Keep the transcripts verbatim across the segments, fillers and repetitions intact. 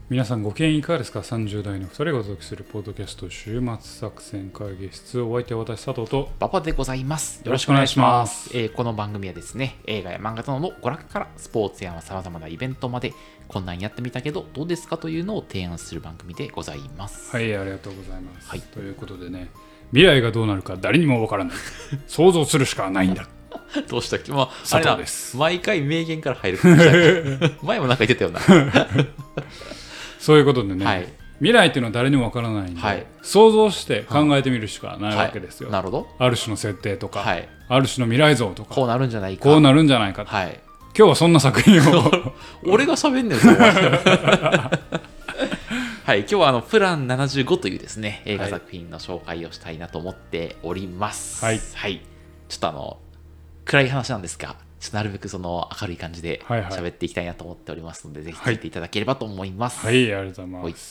皆さんご機嫌いかがですか？さんじゅう代のふたりがお届けするポッドキャスト週末作戦会議室。お相手は私佐藤と馬場でございます。 よろしくお願いします。 えー、この番組はですね、映画や漫画などの娯楽からスポーツやさまざまなイベントまで、こんなんやってみたけどどうですかというのを提案する番組でございます。 はい、ありがとうございます、 はい、 ということでね、未来がどうなるか誰にもわからない想像するしかないんだどうしたっけ、まあ、 佐藤です。 毎回名言から入る前もなんか言ってたよなそういうことでね、 はい、 未来っていうのは誰にもわからないんで、はい、想像して考えてみるしかないわけですよ、はい、 なるほど。 ある種の設定とか、はい、ある種の未来像とか、 こうなるんじゃないか、 こうなるんじゃないか、はい、今日はそんな作品を俺が喋んねんぞはい、今日はあのプランななじゅうごというですね映画作品の紹介をしたいなと思っております。はい、はい、ちょっとあの暗い話なんですが、ちょっとなるべくその明るい感じで喋っていきたいなと思っておりますので、はいはい、ぜひ聞いていただければと思います。 はい、はい、ありがとうございます。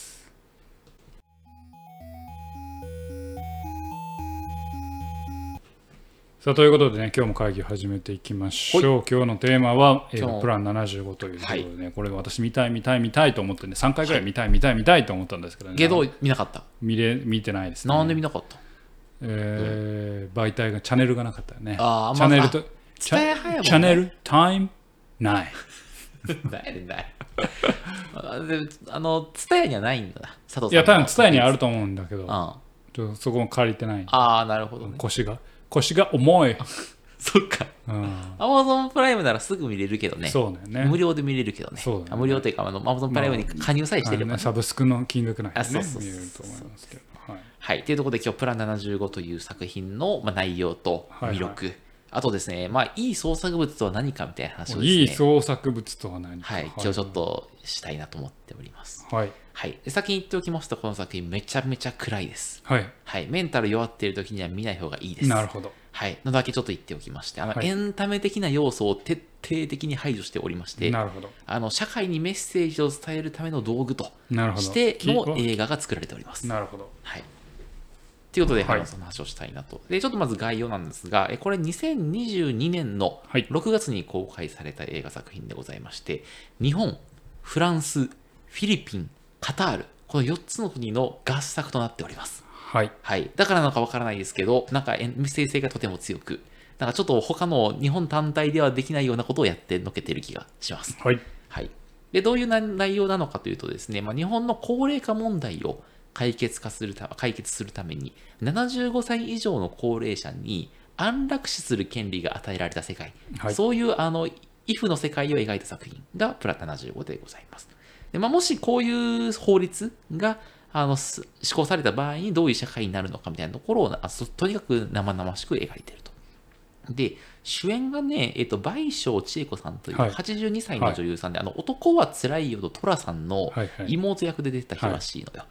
さあということでね、今日も会議を始めていきましょう。今日のテーマは映画プランななじゅうごということでね、はい、これ私見たい見たい見たいと思ってね、さんかいぐらい見たい見たい見たいと思ったんですけどね。 けど見なかった。 見れ見てないですね。 なんで見なかった？ えー、媒体がチャンネルがなかったよね。 あ、 チャンネルとチャチャンネルタイムない。 ないねない。あのツタヤにはないんだな。佐藤さん。 いや多分ツタヤにあると思うんだけど、 ああちょっとそこも借りてない。 ああなるほど、ね、 腰が腰が重い。 そっか。アマゾンプライムならすぐ見れるけどね。 そうだよね。 無料で見れるけどね。 そうだね。 無料というか、アマゾンプライムに加入さえしてれば、ね、 まあね、サブスクの金額内で、ね、 そうそうそうそう見れると思いますけど。はい。 はい。というところで今日プランななじゅうごという作品の、まあ、内容と魅力、はいはい、あとですね、まあいい創作物とは何かみたいな話をですね。 いい創作物とは何か。 はい。今日ちょっとしたいなと思っております。 はい。 はい、先に言っておきますと、この作品めちゃめちゃ暗いです。 はい。 はい、メンタル弱っている時には見ない方がいいです。 なるほど。 はい。のだけちょっと言っておきまして、あの、 はい、 エンタメ的な要素を徹底的に排除しておりまして、 なるほど。 あの社会にメッセージを伝えるための道具としての映画が作られております。 なるほど。 はい。ということで、はい、その話をしたいなと。で、ちょっとまず概要なんですが、これにせんにじゅうにねんのろくがつに公開された映画作品でございまして、日本、フランス、フィリピン、カタール、このよっつの国の合作となっております。 はい。 はい。だからなのかわからないですけど、なんかメッセージ性がとても強く、なんかちょっと他の日本単体ではできないようなことをやってのけてる気がします。 はい。 はい。で、どういう内容なのかというとですね、まあ、日本の高齢化問題を解決化するた解決するために、ななじゅうごさい以上の高齢者に安楽死する権利が与えられた世界、はい、そういうあの、イフの世界を描いた作品がプラななじゅうごでございます。でまあ、もしこういう法律があの施行された場合にどういう社会になるのかみたいなところをとにかく生々しく描いていると。で主演がね、えっと、倍賞千恵子さんというはちじゅうにさいの女優さんで、はい、あの男はつらいよと寅さんの妹役で出てた人らしいのよ。はいはい、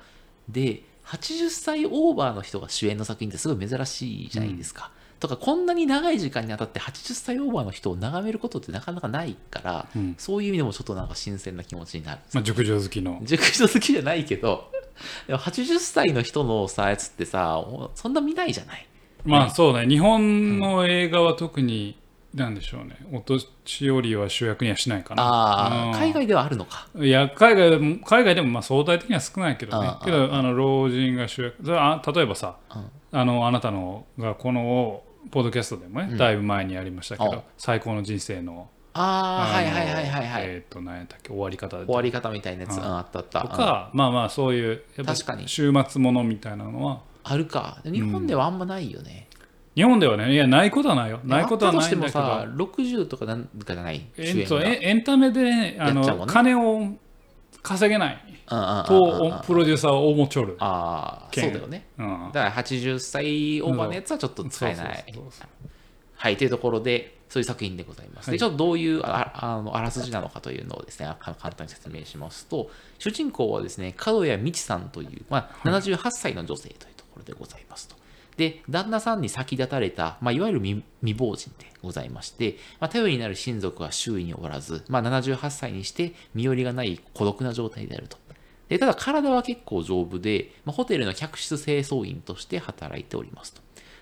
ではちじゅっさいオーバーの人が主演の作品ってすごい珍しいじゃないですか。うん、とかこんなに長い時間にあたってはちじゅっさいオーバーの人を眺めることってなかなかないから、うん、そういう意味でもちょっとなんか新鮮な気持ちになる。 まあ、熟女好きの熟女好きじゃないけどでもはちじゅっさいの人のさやつってさそんな見ないじゃない。 まあそうね、日本の映画は特に、うん、なんでしょうね、お年寄りは主役にはしないかな。 あ、うん、海外ではあるのか。 いや海外でも海外でもまあ相対的には少ないけどね。けどあの老人が主役、それは例えばさ、うん、あのあなたのがこのポッドキャストでもね、うん、だいぶ前にやりましたけど、最高の人生のああはいはいはいはいはいえっ、ー、と何やったっけ、終わり方終わり方みたいなやつ、うん、あったあった。 とか、うん、まあまあそういうやっぱ週末ものみたいなのはあるか。日本ではあんまないよね。 うん、日本ではね、いやないことはないよ。ないことはないんだけど。あったとしてもさ、ろくじゅうとかなんかじゃない。 えー、とエンタメで、ね、あの金を稼げないとプロデューサーは思っちょる。 ああ、そうだよね。うん、だからはちじゅっさいオーバーのやつはちょっと使えない。はい、というところで、そういう作品でございます。はい、でちょっとどういう あ, あ, のあらすじなのかというのをですね、簡単に説明しますと、主人公はですね、角谷美智さんという、まあ、ななじゅうはっさいの女性というところでございますと。で、旦那さんに先立たれた、まあ、いわゆる 未, 未亡人でございまして、まあ、頼りになる親族は周囲におらず、まあ、ななじゅうはっさいにして身寄りがない孤独な状態であると。でただ体は結構丈夫で、まあ、ホテルの客室清掃員として働いておりますと。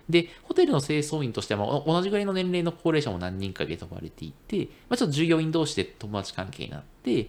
で、ホテルの清掃員としては、まあ、同じぐらいの年齢の高齢者も何人か雇われていて、まあ、ちょっと従業員同士で友達関係になって、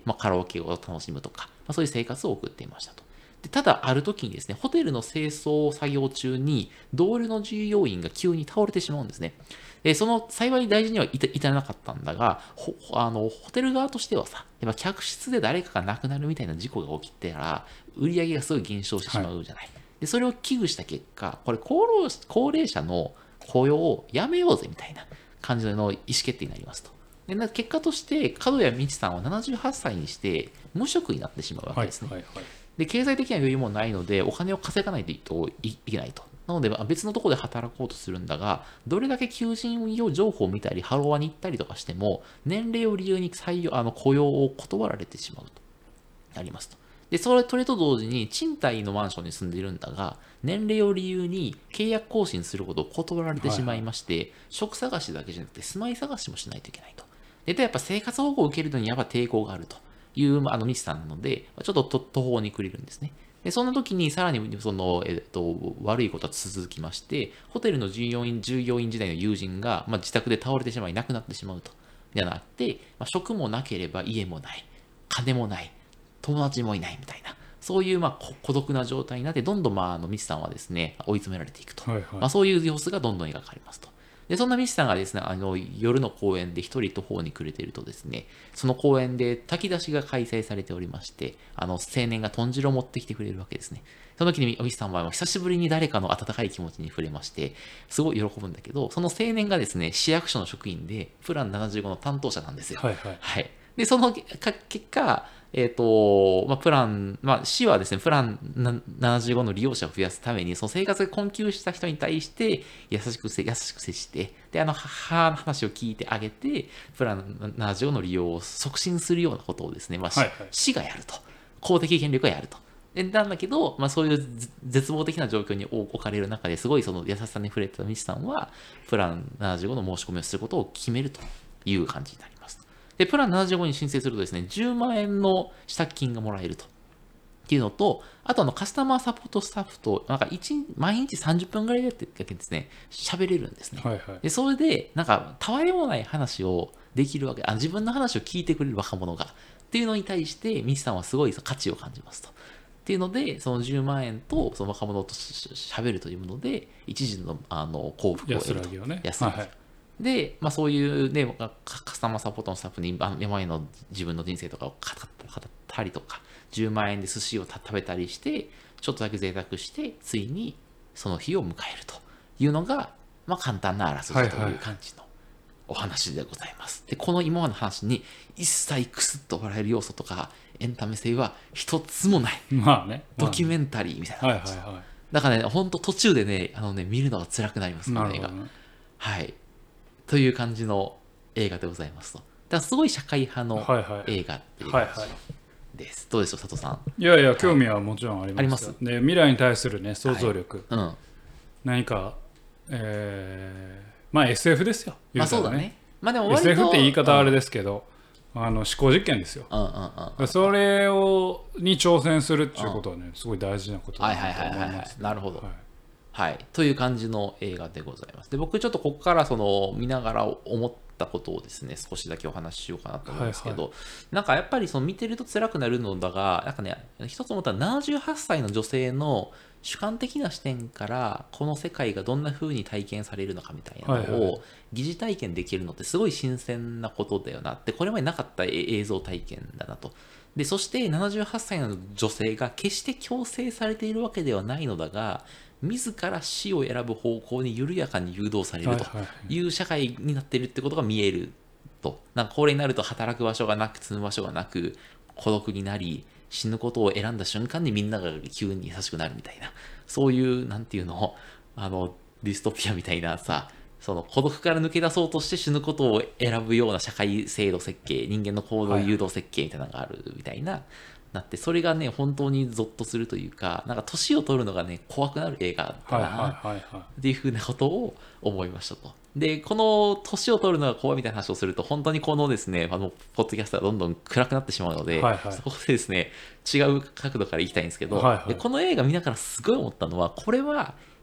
まあ、カラオケを楽しむとか、まあ、そういう生活を送っていましたと。でただ、ある時にですね、ホテルの清掃作業中に、同僚の従業員が急に倒れてしまうんですね。でその幸い大事には至らなかったんだが、ほあのホテル側としてはさ、やっぱ客室で誰かが亡くなるみたいな事故が起きてたら、売り上げがすごい減少してしまうじゃない。はい、でそれを危惧した結果、これ高齢、高齢者の雇用をやめようぜみたいな感じの意思決定になりますと。で結果として、角谷道さんはななじゅうはっさいにして無職になってしまうわけですね。はいはいはい、で経済的な余裕もないので、お金を稼がないといけないと。なので、別のところで働こうとするんだが、どれだけ求人情報を見たり、ハロワに行ったりとかしても、年齢を理由に採用あの雇用を断られてしまうとなりますと。で、それとれと同時に、賃貸のマンションに住んでいるんだが、年齢を理由に契約更新することを断られてしまいまして、はいはい、職探しだけじゃなくて、住まい探しもしないといけないと。で、やっぱ生活保護を受けるのにやっぱ抵抗があるというあの西さんなので、ちょっと途方に暮れるんですね。でそんな時にさらにその、えっと、悪いことは続きまして、ホテルの従業員、従業員時代の友人が、まあ、自宅で倒れてしまい、亡くなってしまうと。じゃなくて、まあ、職もなければ家もない、金もない、友達もいないみたいな、そういうまあ孤独な状態になって、どんどんまああのミスさんはですね、追い詰められていくと。はいはい、まあ、そういう様子がどんどん描かれますと。でそんなミスさんがですね、あの夜の公園で一人途方に暮れているとですね、その公園で炊き出しが開催されておりまして、あの青年が豚汁を持ってきてくれるわけですね。その時にミスさんは久しぶりに誰かの温かい気持ちに触れまして、すごい喜ぶんだけど、その青年がですね、市役所の職員で、プランななじゅうごの担当者なんですよ。はいはい。はい、で、その結果、えっ、ー、と、まあ、プラン、まあ、市はですね、プランななじゅうごの利用者を増やすために、その生活が困窮した人に対して、優しくせ、優しく接して、で、あの、母の話を聞いてあげて、プランななじゅうごの利用を促進するようなことをですね、まあ、はいはい、市がやると。公的権力がやると。なんだけど、まあ、そういう絶望的な状況に置かれる中ですごいその優しさに触れたミスさんは、プランななじゅうごの申し込みをすることを決めるという感じになります。で、プランななじゅうごに申請するとですね、じゅうまんえんの支度金がもらえると。っていうのと、あとあのカスタマーサポートスタッフと、なんか一毎日さんじゅっぷんぐらいだけですね、喋れるんですね。はいはい、で、それで、なんか、たわいもない話をできるわけ、あ自分の話を聞いてくれる若者が、っていうのに対して、ミスさんはすごい価値を感じますと。っていうので、そのじゅうまんえんとその若者と喋るというもので、一時のあの幸福を得ると。安らぎをね。安らぎ。はいはいで、まあ、そういうね、カスタマーサポートのスタッフに今までの自分の人生とかを語ったりとか、じゅうまんえんで寿司を食べたりして、ちょっとだけ贅沢して、ついにその日を迎えるというのが、まあ、簡単なあらすじという感じのお話でございます。で、この今までの話に一切クスッと笑える要素とか、エンタメ性は一つもない。 まあね。 ドキュメンタリーみたいな感じ。はいはいはい。だからね、ほんと途中でね、あのね、見るのが辛くなります、この映画。はい。という感じの映画でございますと。だからすごい社会派の映画っていう感じです。どうでしょう、佐藤さん。 いやいや、興味はもちろんあります。あります。で、未来に対するね、想像力。はい、うん。何か、えー、まあ エスエフ ですよ。 まあそうだね。まあでも割と エスエフ って言い方あれですけど、うん、あの思考実験ですよ。 うんうんうん、 それをに挑戦するっていうことはね、すごい大事なことだと思います、ね。はいはいはいはい。 なるほど。はいはい、という感じの映画でございます。で、僕ちょっとここからその見ながら思ったことをですね、少しだけお話ししようかなと思うんですけど、はいはい、なんかやっぱりその見てると辛くなるのだが、なんかね、一つ思ったらななじゅうはっさいの女性の主観的な視点からこの世界がどんな風に体験されるのかみたいなのを疑似体験できるのってすごい新鮮なことだよなって、これまでなかった映像体験だなと。で、そしてななじゅうはっさいの女性が決して強制されているわけではないのだが、自ら死を選ぶ方向に緩やかに誘導されるという社会になっているってことが見えると。なんか高齢になると働く場所がなく、住む場所がなく、孤独になり、死ぬことを選んだ瞬間にみんなが急に優しくなるみたいな、そういうなんていうの、あのディストピアみたいなさ、その孤独から抜け出そうとして死ぬことを選ぶような社会制度設計、人間の行動誘導設計みたいなのがあるみたいな、なって、それがね本当にゾッとするというか、なんか年を取るのがね怖くなる映画だなっていうふうなことを思いましたと。で、この年を取るのが怖いみたいな話をすると、本当にこのですね、あのポッドキャストがどんどん暗くなってしまうので、はいはい、そこでですね違う角度からいきたいんですけど、はいはい、でこの映画見ながらすごい思ったのは、これは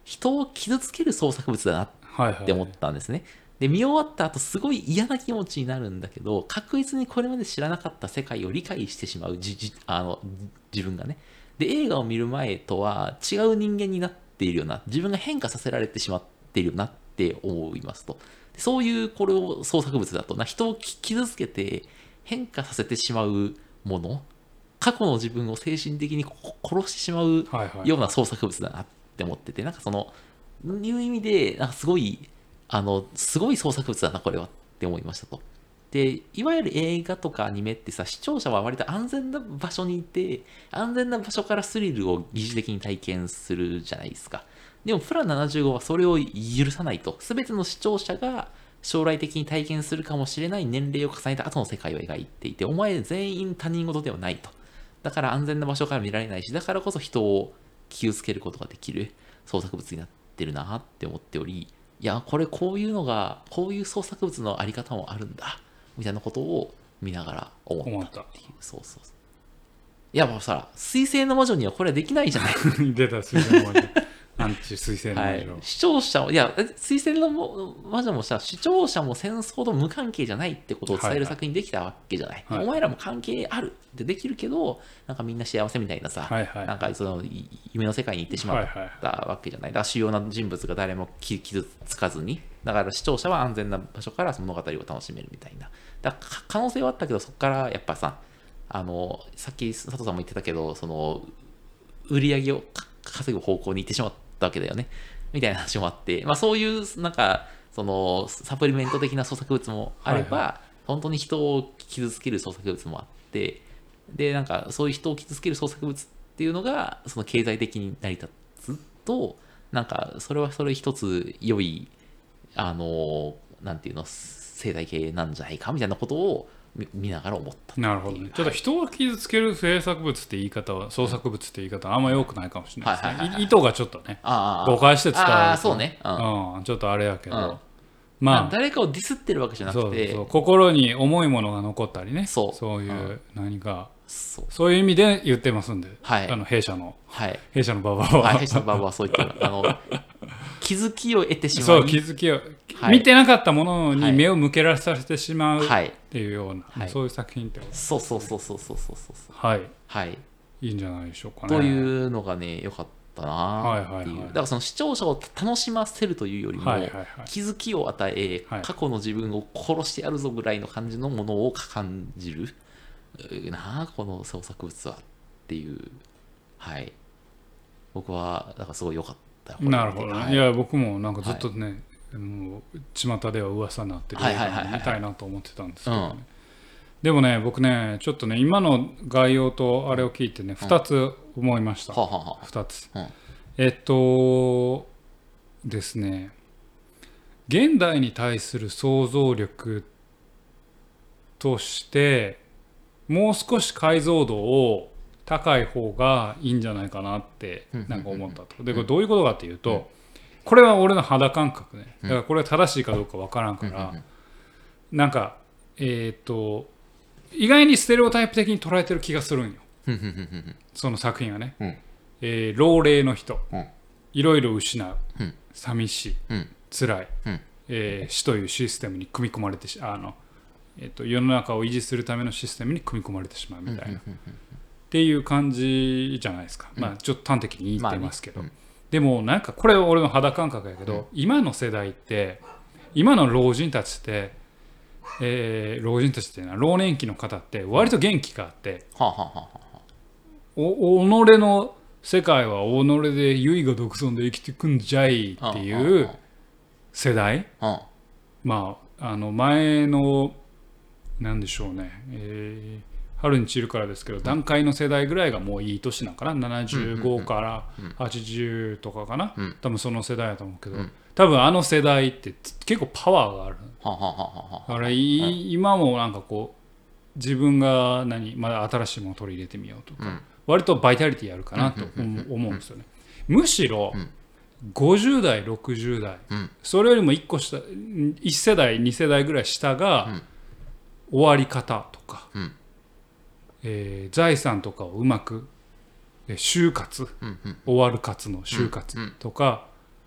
人を傷つける創作物だなって思ったんですね。で、見終わった後すごい嫌な気持ちになるんだけど、確実にこれまで知らなかった世界を理解してしまうじじあの自分がね。で、映画を見る前とは違う人間になっているよな、自分が変化させられてしまっているよなって思いますと。そういうこれを創作物だとな、人を傷つけて変化させてしまうもの、過去の自分を精神的に殺してしまうような創作物だなって思ってて、なんかそのいう意味でなんかすごいあのすごい創作物だなこれはって思いましたと。で、いわゆる映画とかアニメってさ、視聴者は割と安全な場所にいて、安全な場所からスリルを疑似的に体験するじゃないですか。でもプランななじゅうごはそれを許さないと。全ての視聴者が将来的に体験するかもしれない年齢を重ねた後の世界を描いていて、お前全員他人事ではないと。だから安全な場所から見られないし、だからこそ人を傷つけることができる創作物になってるなって思っており、いや、これこういうのが、こういう創作物のあり方もあるんだみたいなことを見ながら思ったっていう。そうそうそう。いや、もうさ、水星の魔女にはこれはできないじゃない。 出た、水星の魔女。アンチ水星の魔女、はい、 視聴者も、いや、水星の魔女もさ、視聴者も戦争と無関係じゃないってことを伝える作品できたわけじゃない。はいはい、お前らも関係あるってできるけど、なんかみんな幸せみたいなさ、はいはい、なんかその夢の世界に行ってしまったわけじゃない。だから主要な人物が誰も傷つかずに、だから視聴者は安全な場所からその物語を楽しめるみたいな。だから可能性はあったけど、そこからやっぱさ、あの、さっき佐藤さんも言ってたけど、その、売り上げを稼ぐ方向に行ってしまったわけだよね。みたいな話もあって、まあそういう、なんか、その、サプリメント的な創作物もあれば、はいはい、本当に人を傷つける創作物もあって、で、なんか、そういう人を傷つける創作物っていうのが、その経済的に成り立つと、なんか、それはそれ一つ良い、あの、なんていうの、生態系なんじゃないかみたいなことを見ながら思った。 なるほどね。ちょっと人を傷つける制作物って言い方は、創作物って言い方はあんま良くないかもしれないですね。はいはいはいはい、意図がちょっとね、誤解して伝わると。 ああ、そうね、 うんうん。ちょっとあれやけど。うん、 まあ、誰かをディスってるわけじゃなくて、 そうそう、心に重いものが残ったりね、そう、そういう何か、そう、そういう意味で言ってますんで、はい、あの弊社の、はい、弊社のババアは、 はい、弊社のババアはそういったあの気づきを得てしまう、 そう気づきを、はい、見てなかったものに目を向けらさせてしまうっていうような、はい、そういう作品ってことですね。 そうそうそうそうそうそうそう、 はい、 はい、 いいんじゃないでしょうかね。 というのがね、良かったなっていう、はいはいはい、だからその視聴者を楽しませるというよりも、はいはいはい、気づきを与え、はい、過去の自分を殺してやるぞぐらいの感じのものを感じるなあ、この創作物はっていう、はい、僕はだからすごい良かった。 なるほどね、はい、いや僕もなんかずっとね、はい、もう巷では噂になってるような見たいなと思ってたんですけどね、うん、でもね僕ねちょっとね今の概要とあれを聞いてねふたつ思いました、うん、ふたつ、うん、えっとですね、現代に対する想像力としてもう少し解像度を高い方がいいんじゃないかなってなんか思ったと。でこれどういうことかっていうと、これは俺の肌感覚ね、だからこれは正しいかどうかわからんから、なんかえっと意外にステレオタイプ的に捉えてる気がするんよ、その作品はね、えー、老齢の人、いろいろ失う、寂しい、辛い、えー、死というシステムに組み込まれてしあの、えー、と世の中を維持するためのシステムに組み込まれてしまうみたいなっていう感じじゃないですか、まあ、ちょっと端的に言ってますけど、まあね、うん、でもなんかこれは俺の肌感覚やけど、うん、今の世代って今の老人たちって、えー、老人たちっていうのは老年期の方って割と元気があって、はあはあはあ、お己の世界は己で唯我独尊で生きていくんじゃいっていう世代、はあはあ、まああの前のなんでしょうね、えー春に散るからですけど、段階の世代ぐらいがもういい年なんかな、ななじゅうごからはちじゅうとかかな、うん、多分その世代だと思うけど、うん、多分あの世代って結構パワーがある。だから今もなんかこう自分が何まだ新しいものを取り入れてみようとか、うん、割とバイタリティあるかなと思うんですよね。むしろごじゅう代ろくじゅう代、うん、それよりもいっこ下いち世代に世代ぐらい下が終わり方とか、うん、えー、財産とかをうまく就活、うんうん、終わる活の就活とか、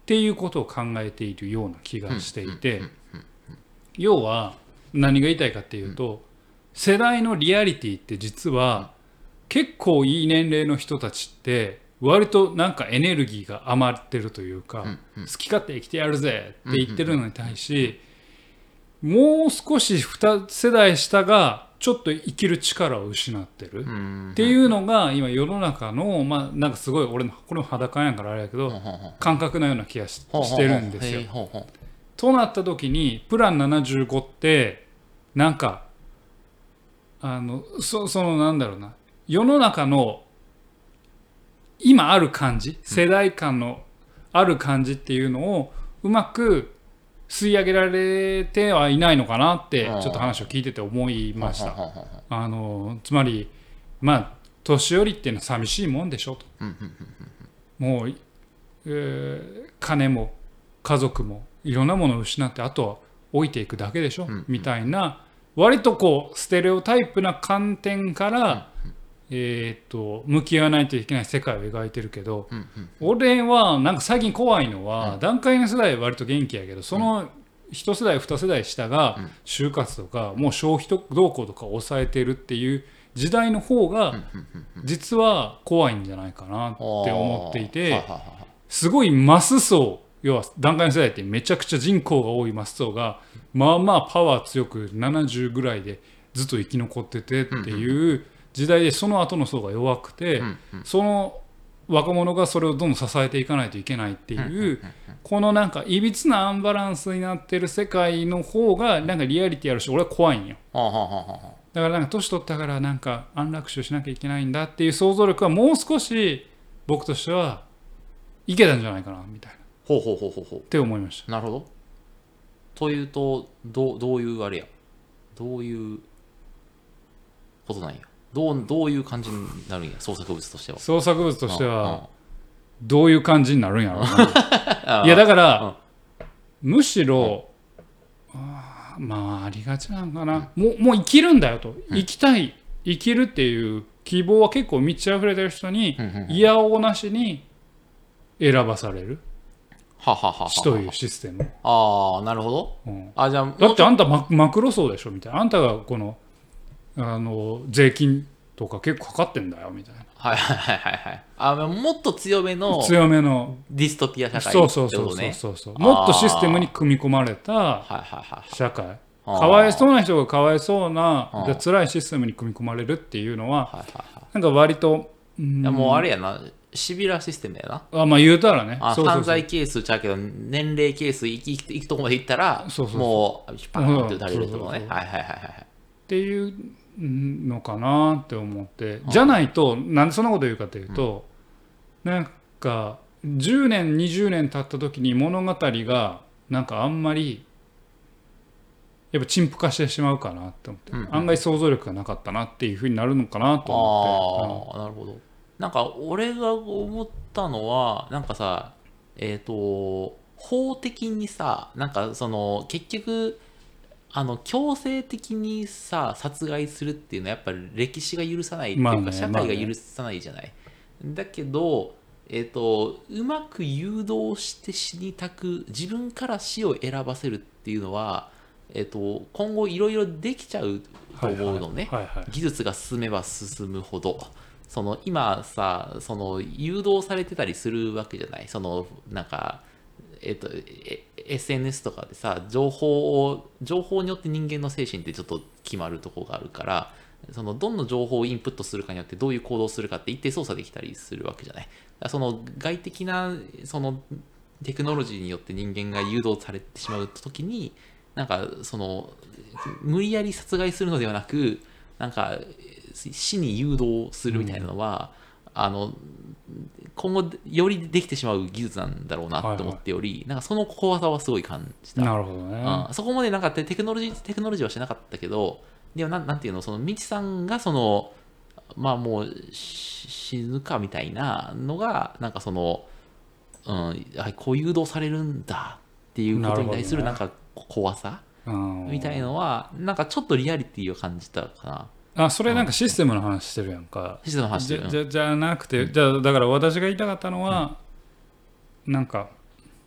っていうことを考えているような気がしていて、要は何が言いたいかっていうと、世代のリアリティって実は結構いい年齢の人たちって割となんかエネルギーが余ってるというか、好き勝手生きてやるぜって言ってるのに対し、もう少しに世代下がちょっと生きる力を失ってるっていうのが今世の中の、まあなんかすごい俺のこれも裸やからあれやけど感覚のような気が し, してるんですよ。となった時にプランななじゅうごってなんかあの そ, そのなんだろうな、世の中の今ある感じ、世代間のある感じっていうのをうまく吸い上げられてはいないのかなってちょっと話を聞いてて思いました。あのつまりまあ年寄りっていうのは寂しいもんでしょと、もう、えー、金も家族もいろんなものを失ってあとは置いていくだけでしょ、みたいな割とこうステレオタイプな観点からえー、と向き合わないといけない世界を描いてるけど、うんうんうん、俺はなんか最近怖いのは、うん、段階の世代は割と元気やけどその一世代二世代下が就活とか、うん、もう消費動向とかを抑えてるっていう時代の方が実は怖いんじゃないかなって思っていて、すごいマス層、要は段階の世代ってめちゃくちゃ人口が多いマス層がまあまあパワー強くななじゅうぐらいでずっと生き残っててっていう時代で、その後の層が弱くて、うんうん、その若者がそれをどんどん支えていかないといけないっていう、うんうんうん、このなんかいびつなアンバランスになってる世界の方がなんかリアリティあるし俺は怖いんよ。だからなんか年取ったからなんか安楽死をしなきゃいけないんだっていう想像力はもう少し僕としてはいけたんじゃないかなみたいなほうほうほうほうほうって思いました。 なるほど。というとどう、どういうあれやどういうことなんやどう、どういう感じになるんや創作物としては。 創作物としてはどういう感じになるんやろうな。いやだから、うん、むしろ、うん、あまあありがちなんかな、うん、もう、もう生きるんだよと、うん、生きたい生きるっていう希望は結構満ち溢れてる人にいやおうなしに選ばされる死というシステム。 ああなるほど、うん、あじゃあだってあんた マ, マクロ層でしょみたいな、あんたがこのあの税金とか結構かかってんだよみたいな。 はいはいはいはいあもっと強めの強めのディストピア社会ってことね。そうそうそうそうそうもっとシステムに組み込まれた社会、かわいそうな人がかわいそうなじゃ辛いシステムに組み込まれるっていうのはなんか割と、 うん、いやもうあれやなシビラシステムやな。 あまあ言うたらねあそうそうそう犯罪係数ちゃうけど年齢係数いくいくとこまでいったらそうそうそうもうパーンって打たれるところね。はいはいはいはいっていうのかなって思って、じゃないとなんでそんなこと言うかというと、うん、なんかじゅうねんにじゅうねん経った時に物語がなんかあんまりやっぱ陳腐化してしまうかなって思って、うんうん、案外想像力がなかったなっていうふうになるのかなと思って。 ああ、うん、なるほど。なんか俺が思ったのはなんかさえっと法的にさなんかその結局あの強制的にさ殺害するっていうのはやっぱり歴史が許さないっていうか、まあね、社会が許さないじゃない、まあね、だけど、えーと、うまく誘導して死にたく自分から死を選ばせるっていうのは、えーと、今後いろいろできちゃうと思うのね、はいはいはいはい、技術が進めば進むほどその今さその誘導されてたりするわけじゃないそのなんかえっと、エスエヌエス とかでさ情報を情報によって人間の精神ってちょっと決まるところがあるからそのどんな情報をインプットするかによってどういう行動をするかって一定操作できたりするわけじゃない。だからその外的なそのテクノロジーによって人間が誘導されてしまう時になんかその無理やり殺害するのではなくなんか死に誘導するみたいなのは、うん、あの今後よりできてしまう技術なんだろうなと思っており、はいはい、なんかその怖さはすごい感じた。 なるほどね、 うん、そこまでなんかテクノロジーテクノロジーはしなかったけどでもな ん, なんていうのそのみちさんがそのまあもう死ぬかみたいなのがなんかその、うん、こう誘導されるんだっていうことに対するなんか怖さみたいのはなんかちょっとリアリティを感じたかな。 あそれなんかシステムの話してるやんか。 システムの話してる。 じゃ、じゃなくて、じゃあだから私が言いたかったのは、うん、なんか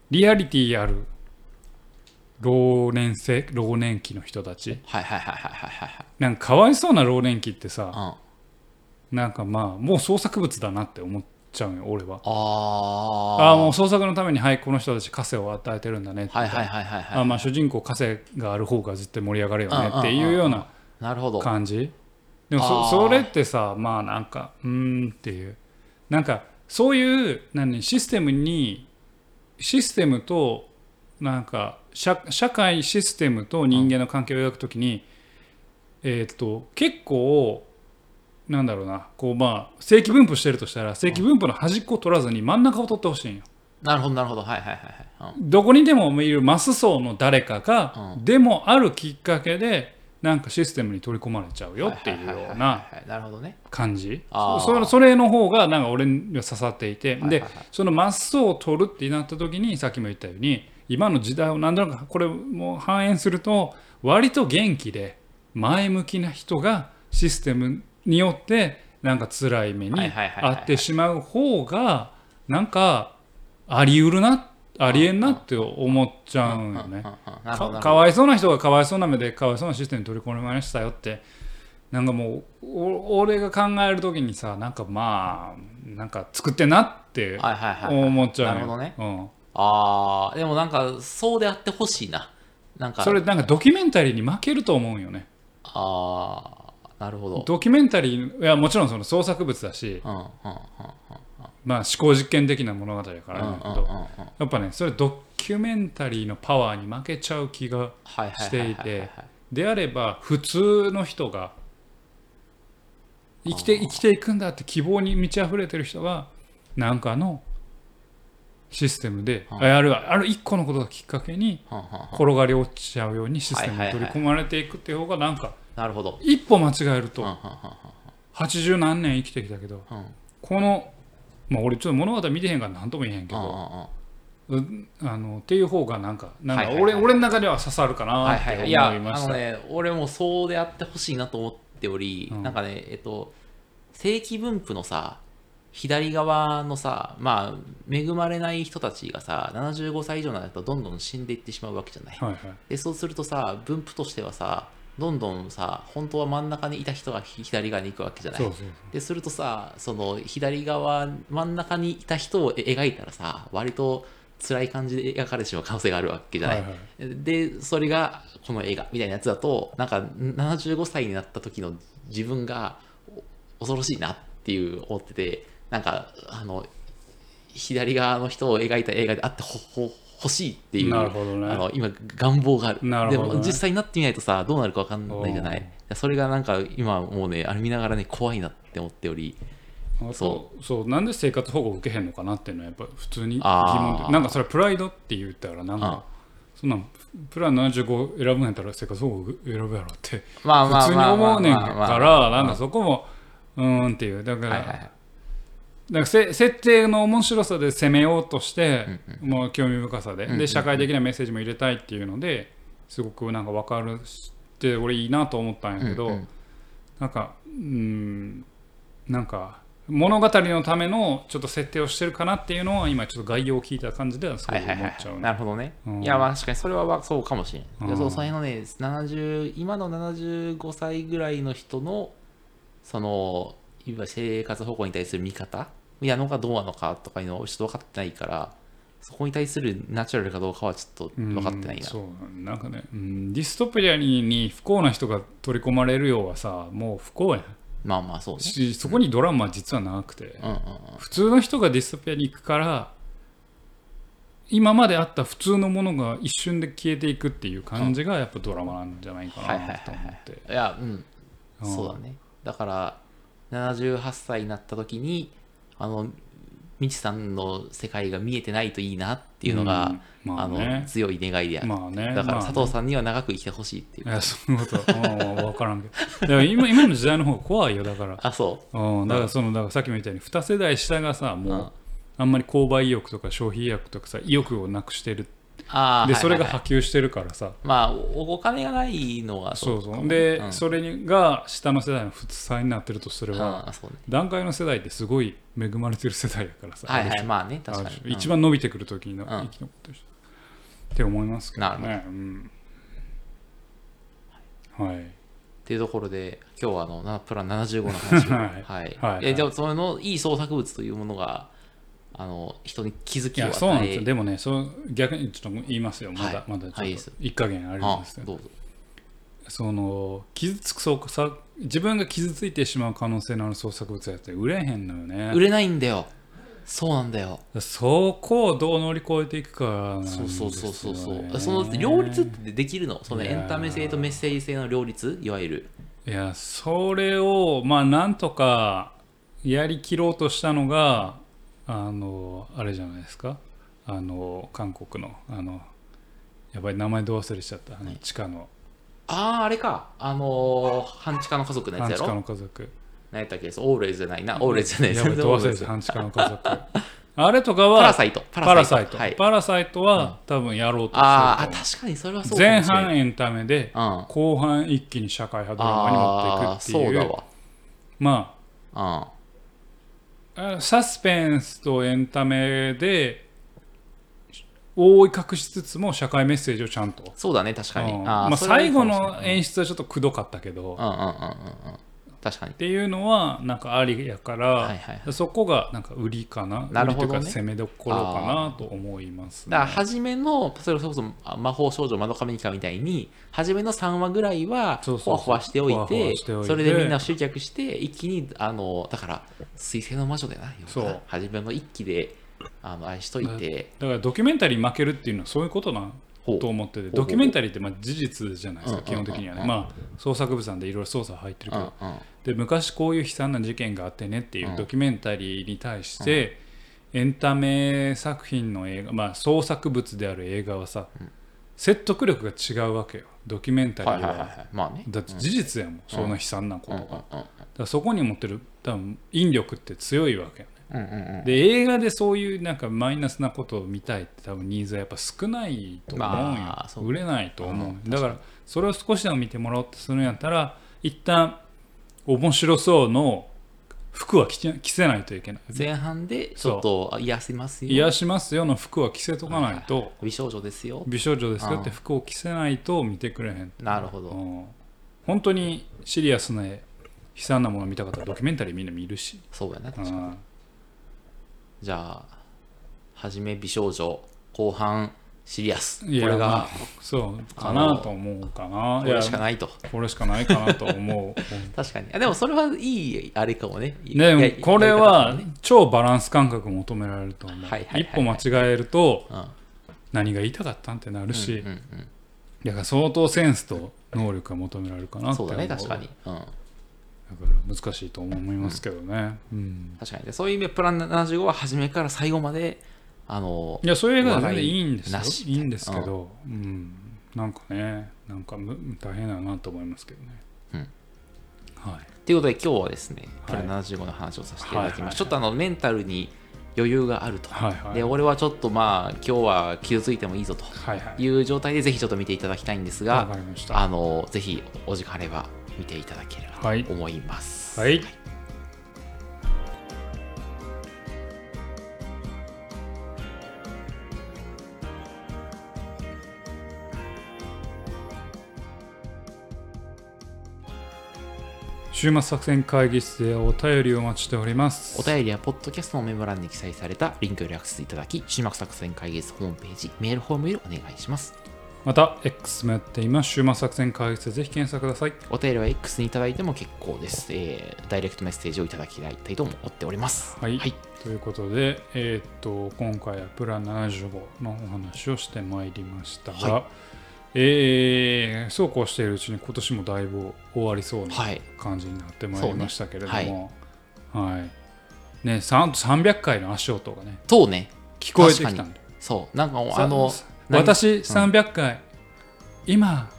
リアリティある老年生老年期の人たち、 はいはいはいはいはいはい。 なんかかわいそうな老年期ってさ、 うん、 なんかまあもう創作物だなって思っちゃうよ俺は。 あああもう創作のためにはいこの人たち枷を与えてるんだねって、 はいはいはいはいはい。 あまあ主人公枷がある方が絶対盛り上がるよねっていうようななるほど感じ。でも そ, それってさまあなんかうーんっていうなんかそういう何システムにシステムとなんか 社, 社会システムと人間の関係を描くときに、えー、っと結構なんだろうなこうまあ正規分布してるとしたら正規分布の端っこを取らずに真ん中を取ってほしいんよ。 なるほどなるほどはいはいはいはい、うん、 どこにでもいるマス層の誰かが、うん、でもあるきっかけでなんかシステムに取り込まれちゃうよっていうような感じ。それの方がなんか俺には刺さっていて、はいはいはい、でそのマス層を取るってなった時にさっきも言ったように今の時代を何となくこれも反映すると割と元気で前向きな人がシステムによってなんか辛い目に遭ってしまう方がなんかあり得るなありえんなって思っちゃうんよね。か, かわいそうな人がかわいそうな目でかわいそうなシステムに取り込まれましたよってなんかもう俺が考える時にさなんかまあなんか作ってんなって思っちゃう。 なるほどね、うん、あーでもなんかそうであってほしいな。なんかそれなんかドキュメンタリーに負けると思うんよね。 あーなるほど。 ドキュメンタリーいやもちろんその創作物だし、うんうんうんうんまあ、思考実験的な物語だからなんだけどやっぱねそれドキュメンタリーのパワーに負けちゃう気がしていてであれば普通の人が生きて生きていくんだって希望に満ち溢れてる人が何かのシステムであるある一個のことがきっかけに転がり落ちちゃうようにシステムに取り込まれていくっていう方がなんか一歩間違えるとはちじゅう何年生きてきたけどこのまあ俺ちょっと物語見てへんから何とも言えへんけどあのっていう方がなんかなんか俺俺の中では刺さるかなって思いました。いやあのね俺もそうであってほしいなと思っておりなんかねえっと正規分布のさ左側のさまあ恵まれない人たちがさななじゅうごさい以上になるとどんどん死んでいってしまうわけじゃない、はいはい、でそうするとさ分布としてはさどんどんさ本当は真ん中にいた人が左側に行くわけじゃない。そうそうそうでするとさその左側真ん中にいた人を描いたらさ割と辛い感じで描かれてしまう可能性があるわけじゃない、はいはい、でそれがこの映画みたいなやつだとなんかななじゅうごさいになった時の自分が恐ろしいなっていう思っててなんかあの左側の人を描いた映画であってほほ欲しいっていう、ね、あの今願望がある。なるほどね、でも実際になってみないとさどうなるか分かんないじゃない。それがなんか今もうねあれ見ながらね怖いなって思っておりそうそうなんで生活保護を受けへんのかなっていうのはやっぱ普通に疑問でなんかそれプライドって言ったらなんかそんなんプランななじゅうご選ぶんやったら生活保護選ぶやろって普通に思うねんからなんかそこもうーんっていうだから、はいはいはいだから設定の面白さで攻めようとして、うんうん、もう興味深さで、うんうんうん、で社会的なメッセージも入れたいっていうのですごくなんか分かるって俺いいなと思ったんやけど、うんうん、なんかうんなんか物語のためのちょっと設定をしてるかなっていうのは今ちょっと概要を聞いた感じではすごい思っちゃう、ねはいはいはい、 なるほどね、うん、いやまあ確かにそれはそうかもしれない、うん、そうその辺のねななじゅう今のななじゅうごさいぐらいの人のその今生活保護に対する見方いやのがどうなのかとかいうのをちょっと分かってないからそこに対するナチュラルかどうかはちょっと分かってないな。うん、 そうなんかね、うん、ディストピアにに不幸な人が取り込まれるようはさもう不幸やん。 まあまあそうね。 しそこにドラマは実はなくて、うんうんうん、普通の人がディストピアに行くから今まであった普通のものが一瞬で消えていくっていう感じがやっぱドラマなんじゃないかなと思って。 いやうん、うん、そうだね。だからななじゅうはっさいになった時にあのみちさんの世界が見えてないといいなっていうのが、うんまあね、あの強い願いである、まあね、だから佐藤さんには長く生きてほしいっていう、 いやそういうこと分からんけどだから 今, 今の時代の方が怖いよだからあそう、 うん、だからそのだからさっきも言ったようにに世代下がさもう、うん、あんまり購買意欲とか消費意欲とかさ意欲をなくしてるあでそれがはいはいはい波及してるからさ、 まあおお金がないのがそうそうかもで、 うんそれが下の世代の普通さになってるとすれあば、 ーそうね段階の世代ってすごい恵まれてる世代やからさ、 はいある種はいまあね確かあるに種一番伸びてくる時にのん生き残ってる人って思いますけどなるね。うんはいっていうところで今日はあのなプランななじゅうごの話をはいはいはいえじゃあそのいい創作物というものがあの人に気づいきをやそうなんですよ。 与えでもね、そう逆にちょっと言いますよ。まだ、 はいまだちょっとはいいいです一加減ありあますよ。 どうぞその傷つくそうさ自分が傷ついてしまう可能性のある創作物やって売れへんのよね。 売れないんだよそうなんだよそこをどう乗り越えていくかなんですよね。 そうそうそうそうそうその両立ってできるのそのいやーエンタメ性とメッセージ性の両立いわゆるいやそれをまあなんとかやりきろうとしたのがあのあれじゃないですか、あの韓国のあのやばい名前どう忘れしちゃった、あの地下のあああれかあのー半地下の家族のやつやろ半地下の家族、 何やったっけオーレイズじゃないなオーレイズじゃないやばい全然どう忘れオーレイズした半地下の家族あれとかはパラサイトパラサイトはいパラサイトは多分やろうとしてると思う。 あーあ確かにそれはそうか前もしれない半エンタメでうん後半一気に社会派ドラマに持っていくっていう、 あーそうだわまうんああサスペンスとエンタメで覆い隠しつつも社会メッセージをちゃんと、 そうだね確かに、 うんあーまあ、 それはいい最後かもしれないの演出はちょっとくどかったけど、っうんうんうんうんうん確かにていうのはなんかありやから、 はいはいはいそこがなんか売りかな、 なるほどね売りというか攻めどころかなと思いますね。 だから初めのそれこそあ魔法少女まどかミニカみたいに初めのさんわぐらいはそうそうそうほわほわしておいほわほてわしておいてそれでみんな集客して一気にあのだから水星の魔女でなそう初めの一期であの愛しといてだからドキュメンタリー負けるっていうのはそういうことなほうと思ってて、 ほうドキュメンタリーってまあ事実じゃないですか、 うん基本的にはね、 うんまあ創作物なんでいろいろ捜査入ってるけど、 うんうんで昔こういう悲惨な事件があってねっていうドキュメンタリーに対して、エンタメ作品の映画、まあ創作物である映画はさ、説得力が違うわけよ。ドキュメンタリーは、 はいはいはいはいまあねだって事実やもん、そんな悲惨なことが、 うんうんうんだからそこに持ってる多分引力って強いわけよね。 うんうんうんで映画でそういうなんかマイナスなことを見たいって多分ニーズはやっぱ少ないと思うよ、 まあそう売れないと思う、 うんだからそれを少しでも見てもらおうとするんやったら一旦面白そうの服は着て着せないといけない、 前半でちょっとあ癒せますよ癒しますよの服は着せとかないと、 美少女ですよ美少女ですよって服を着せないと見てくれへん。 なるほどうん本当にシリアスな悲惨なものを見たかったらドキュメンタリーみんな見るし、 そうやな確かにうんじゃあ初め美少女後半シリアスこいやれがまあそうかなと思うかな。 これしかいないとやこれしかないかなと思う。 確かにあでもそれはいいあれかもねでもやこれやはり方かもね超バランス感覚求められると思う。 はいはいはいはい一歩間違えるとうん何が言いたかったんってなるし、 うんうんだから相当センスと能力が求められるかなって思う。 そうだね確かにうんだから難しいと思いますけどね。うん確かにでそういう意味でプランななじゅうごは初めから最後まであのいやそういう映画は全然いいんですよなしいいんですけど、うんなんかねなんかむ大変だなと思いますけどね。 うんはいということで今日はですねプはいランななじゅうごの話をさせていただきました、 はいはいはいちょっとあのメンタルに余裕があると、 はいはいで俺はちょっとまあ今日は傷ついてもいいぞとはいはいいう状態でぜひちょっと見ていただきたいんですわがかりました。 あのぜひお時間あれば見ていただければはいと思います。 はい週末作戦会議室でお便りをお待ちしております。 お便りはポッドキャストのメモ欄に記載されたリンクよりアクセスいただき、週末作戦会議室ホームページ、メールフォームよりお願いします。 また X もやっています。週末作戦会議室でぜひ検索ください。 お便りは X にいただいても結構です。えーダイレクトメッセージをいただきたいと思っております。 はい、 はい。 ということで、えーっと今回はプランななじゅうごのお話をしてまいりましたが、 はいえーそうこうしているうちに今年もだいぶ終わりそうなはい。 感じになってまいりましたけれどそうねも、はいね、さんさんびゃっかいの足音がねとね、 聞こえてきたんで、 そう。なんかさあの、何私さんびゃっかい、今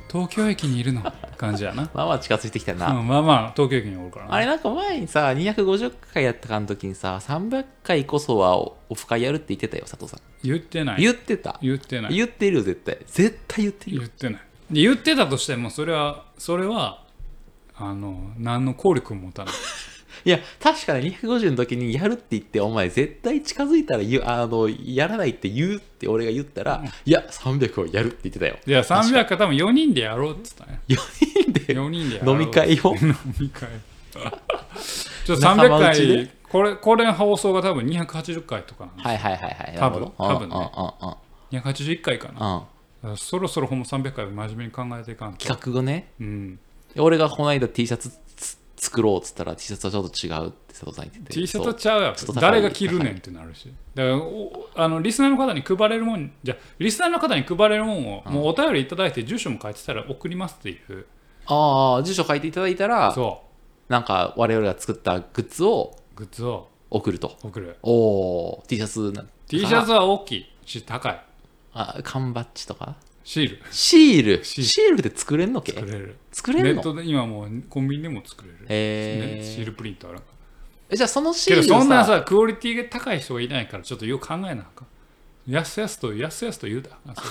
東京駅にいるのって感じやなまあまあ近づいてきたな、 うん、まあまあ東京駅におるからな。 あれなんか前にさにひゃくごじゅっかいやったかの時にささんびゃっかいこそはオフ会やるって言ってたよ佐藤さん。 言ってない言ってた言ってない言ってるよ絶対絶対言ってるよ。 言ってない。で言ってたとしてもそれはそれはあの何の効力も持たない。 いや確かににひゃくごじゅうの時にやるって言ってお前絶対近づいたら言うあのやらないって言うって俺が言ったら、うん、いやさんびゃくをやるって言ってたよ。 いやさんびゃくは多分よにんでやろうって言ったね。 よにんでよにんでやろう飲み会を飲み会ちょっとさんびゃっかいこれこれの放送が多分にひゃくはちじゅっかいとかなんです。 はいはいはいはい多分多分ねうんうんうんにひゃくはちじゅういっかいかな、 うん、 そろそろほんまさんびゃっかいを真面目に考えていかんと。 企画後ね、 うん、 俺がこの間 T シャツ作ろうっつったら T シャツはちょっと違うって佐藤さん言ってて T シャツはちゃうやろ誰が着るねんってなるしだからあのリスナーの方に配れるもんじゃリスナーの方に配れるもんを、うん、もうお便りいただいて住所も書いてたら送りますっていう。 ああ住所書いていただいたらそうなんか我々が作ったグッズをグッズを送ると送る。 おお T シャツな T シャツは大きいし高い。 あ缶バッジとかシールシールシールで作れんのけ。 作れる作れるの。 ネットで今もうコンビニでも作れる、 えーね、シールプリントある。 えじゃあそのシールけどそんなさクオリティが高い人がいないからちょっとよく考えなあかん。やすやすとやすやすと言うだ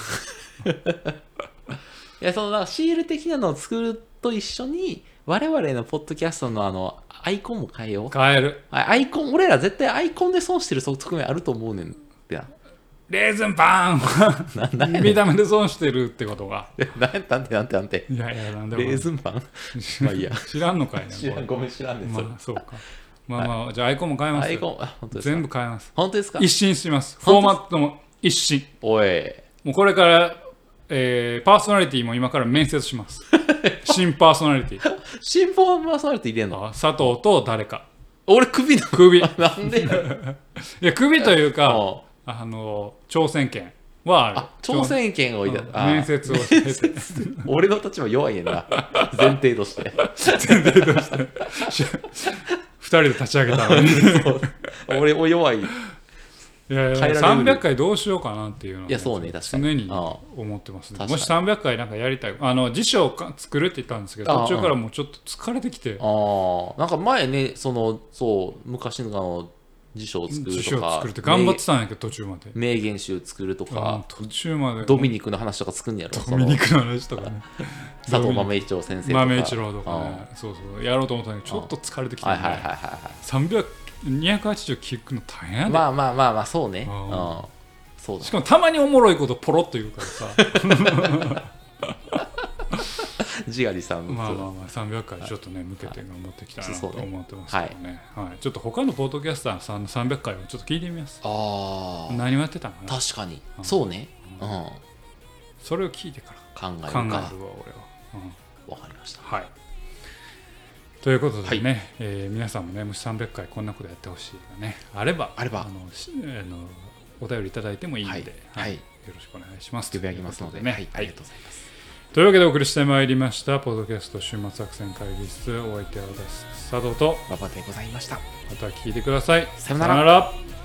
いやそのなんかシール的なのを作ると一緒に我々のポッドキャストのあのアイコンも変えよう。 変える。 アイコン俺ら絶対アイコンで損してる側面あると思うねんってな。 レーズンパン見た目で損してるってことがなんてなんてなんてなんていやいやなんでもレーズンパンまあいいや知らんのかいね。 知らんごめん知らんねん、 まあ、そうかまあまあ、はい、じゃあアイコンも変えます。 アイコンあ本当ですか。 全部変えます。 本当ですか。 一新します。フォーマットも一新。 おいもうこれから、えー、パーソナリティも今から面接します新パーソナリティ新パーソナリティ入れんの。 佐藤と誰か。 俺首の首なんでいや首というかあの挑戦権はある。 あ挑戦権をいた、うん、 面接をしてて俺の立場弱いねんな前提として前提としてふたりで立ち上げたのに俺も弱い。 いやいやさんびゃっかいどうしようかなっていうのを、 いやそうね確かに常に思ってますね。もしさんびゃっかいなんかやりたいあの辞書を作るって言ったんですけど途中からもうちょっと疲れてきて。 ああなんか前ねそのそう昔のあの辞書を作るとか辞書を作るって頑張ってたんやけど途中まで名言集作るとか途中までドミニクの話とか作んやろ。 ドミニクの話とかね佐藤豆一郎先生とか豆一郎とかねそうそうやろうと思ったんだけどちょっと疲れてきたんでさんびゃくにひゃくはちじゅう聞くの大変やで。 まあまあまあまあそうね、うん、そうだ。 しかもたまにおもろいことポロッと言うからさジガリさんまあまあまあさんびゃっかいちょっとね向けて頑張ってきたいなと思ってますけどね、はいはい、ちょっと他のポッドキャスターさんのさんびゃっかいをちょっと聞いてみます。 あ何をやってたのかな。 確かに、うん、そうね、うん、 それを聞いてから考えるか考えるわ俺は、 うん、分かりました。 はいということでね、はい、えー、皆さんもねもしさんびゃっかいこんなことやってほしいがねあればあればあのあのお便りいただいてもいいので、 はいはい、 よろしくお願いします。 呼び上げますのでね、はい、ありがとうございます。 というわけでお送りしてまいりましたポッドキャスト週末作戦会議室、お相手は私佐藤と馬場でございました。 また聞いてください。 さよなら。